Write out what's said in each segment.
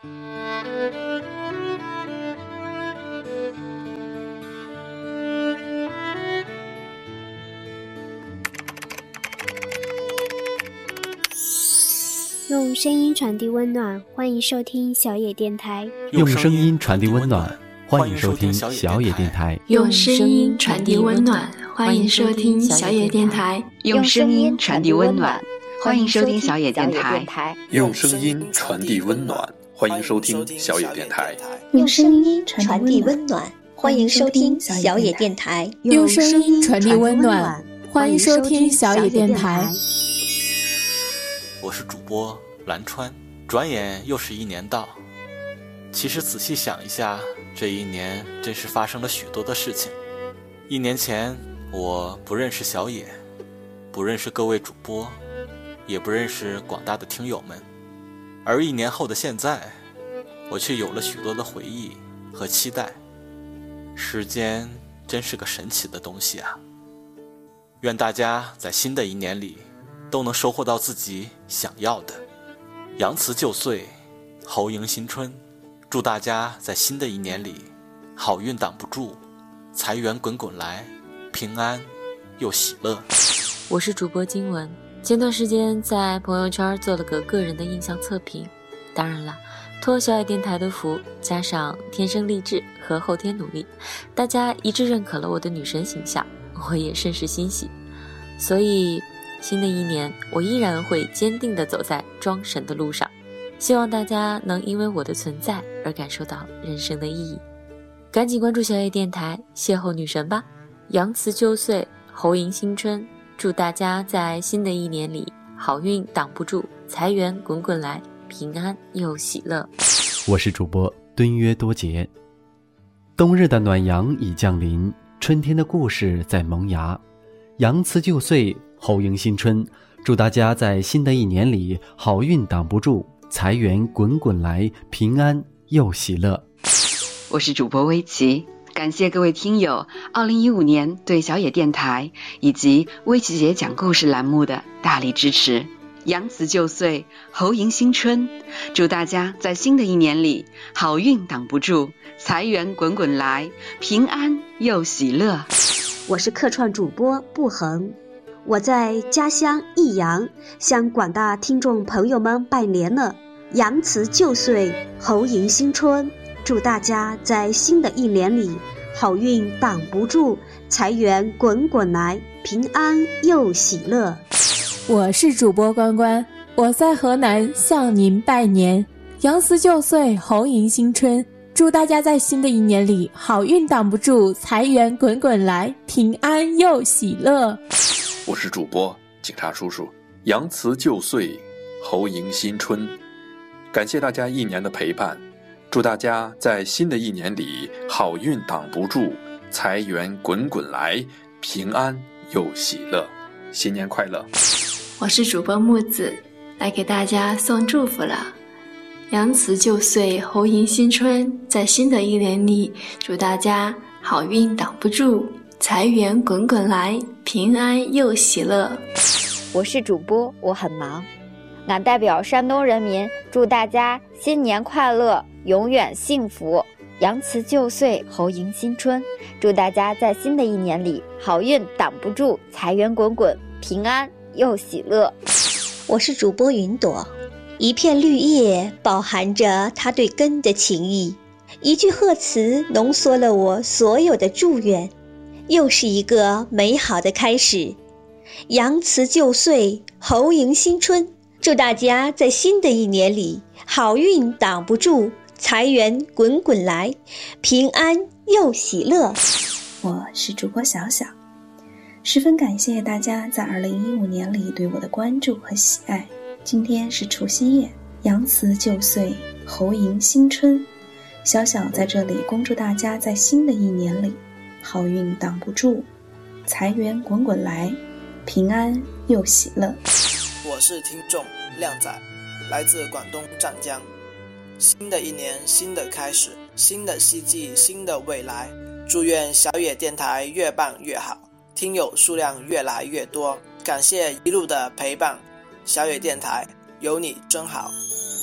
用声音传递温暖，欢迎收听小野电台。 用声音传递温暖，欢迎收听小野电台。 用声音传递温暖，欢迎收听小野电台。 用声音传递温暖，欢迎收听小野电台。 用声音传递温暖，欢迎收听小野电台。 用声音传递温暖，欢迎收听小野电台。 用声音传递温暖，欢迎收听小野电台。 我是主播蓝川，转眼又是一年到。其实仔细想一下，这一年真是发生了许多的事情。1年前我不认识小野，不认识各位主播，也不认识广大的听友们，而1年后的现在，我却有了许多的回忆和期待。时间真是个神奇的东西啊！愿大家在新的1年里都能收获到自己想要的。扬辞旧岁，侯迎新春，祝大家在新的1年里好运挡不住，财源滚滚来，平安又喜乐。 我是主播金文，前段时间在朋友圈做了个个人的印象测评，当然了，托小野电台的福，加上天生丽质和后天努力，大家一致认可了我的女神形象，我也甚是欣喜。所以新的1年，我依然会坚定地走在装神的路上，希望大家能因为我的存在而感受到人生的意义。赶紧关注小野电台，邂逅女神吧！扬辞旧岁，侯迎新春，祝大家在新的1年里好运挡不住，财源滚滚来，平安又喜乐。 我是主播敦约多杰。冬日的暖阳已降临，春天的故事在萌芽。扬辞旧岁，侯迎新春，祝大家在新的1年里好运挡不住，财源滚滚来，平安又喜乐。 我是主播薇琪，感谢各位听友2015年对小野电台以及薇琪姐讲故事栏目的大力支持。扬辞旧岁，侯迎新春，祝大家在新的1年里好运挡不住，财源滚滚来，平安又喜乐。 我是客串主播步恒，我在家乡益阳向广大听众朋友们拜年了。扬辞旧岁，侯迎新春，祝大家在新的1年里好运挡不住，财源滚滚来，平安又喜乐。 我是主播关关，我在河南向您拜年。扬辞旧岁，侯迎新春，祝大家在新的1年里好运挡不住，财源滚滚来，平安又喜乐。 我是主播警察叔叔，扬辞旧岁，侯迎新春，感谢大家1年的陪伴，祝大家在新的1年里好运挡不住，财源滚滚来，平安又喜乐。新年快乐！ 我是主播木子，来给大家送祝福了。扬辞旧岁，侯迎新春，在新的1年里，祝大家好运挡不住，财源滚滚来，平安又喜乐。 我是主播，我很忙，俺代表山东人民祝大家新年快乐，永远幸福。扬辞旧岁，侯迎新春，祝大家在新的1年里好运挡不住，财源滚滚，平安又喜乐。 我是主播云朵，一片绿叶饱含着他对根的情谊，一句贺词浓缩了我所有的祝愿，又是一个美好的开始。扬辞旧岁，侯迎新春，祝大家在新的1年里好运挡不住，财源滚滚来，平安又喜乐。 我是主播小小，十分感谢大家在2015年里对我的关注和喜爱。今天是除夕夜，扬辞旧岁，侯迎新春，小小在这里恭祝大家在新的1年里好运挡不住，财源滚滚来，平安又喜乐。 我是听众靓仔，来自广东湛江。新的1年，新的开始，新的希冀，新的未来，祝愿小野电台越办越好，听友数量越来越多，感谢一路的陪伴，小野电台有你真好。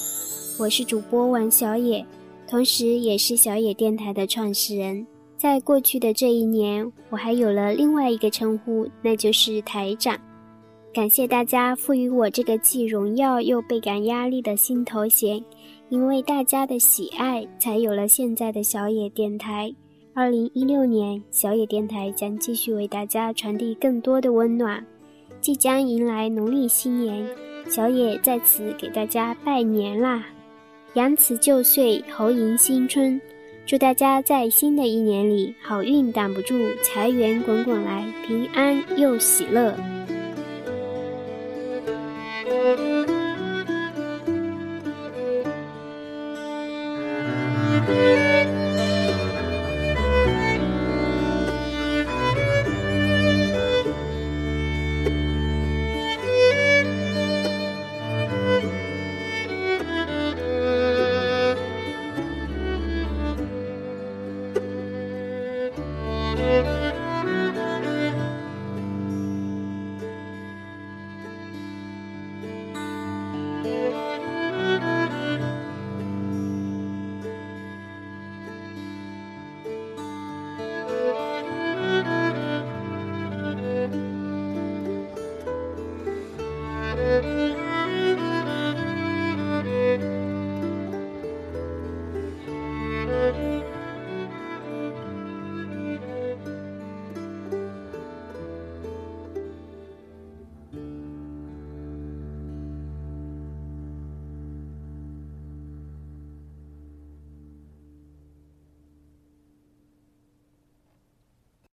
我是主播王小野，同时也是小野电台的创始人。在过去的这一年，我还有了另外一个称呼，那就是台长。感谢大家赋予我这个既荣耀又倍感压力的新头衔，因为大家的喜爱，才有了现在的小野电台。2016年，小野电台将继续为大家传递更多的温暖。即将迎来农历新年，小野在此给大家拜年啦！羊辞旧岁，猴迎新春，祝大家在新的一年里好运挡不住，财源滚滚来，平安又喜乐。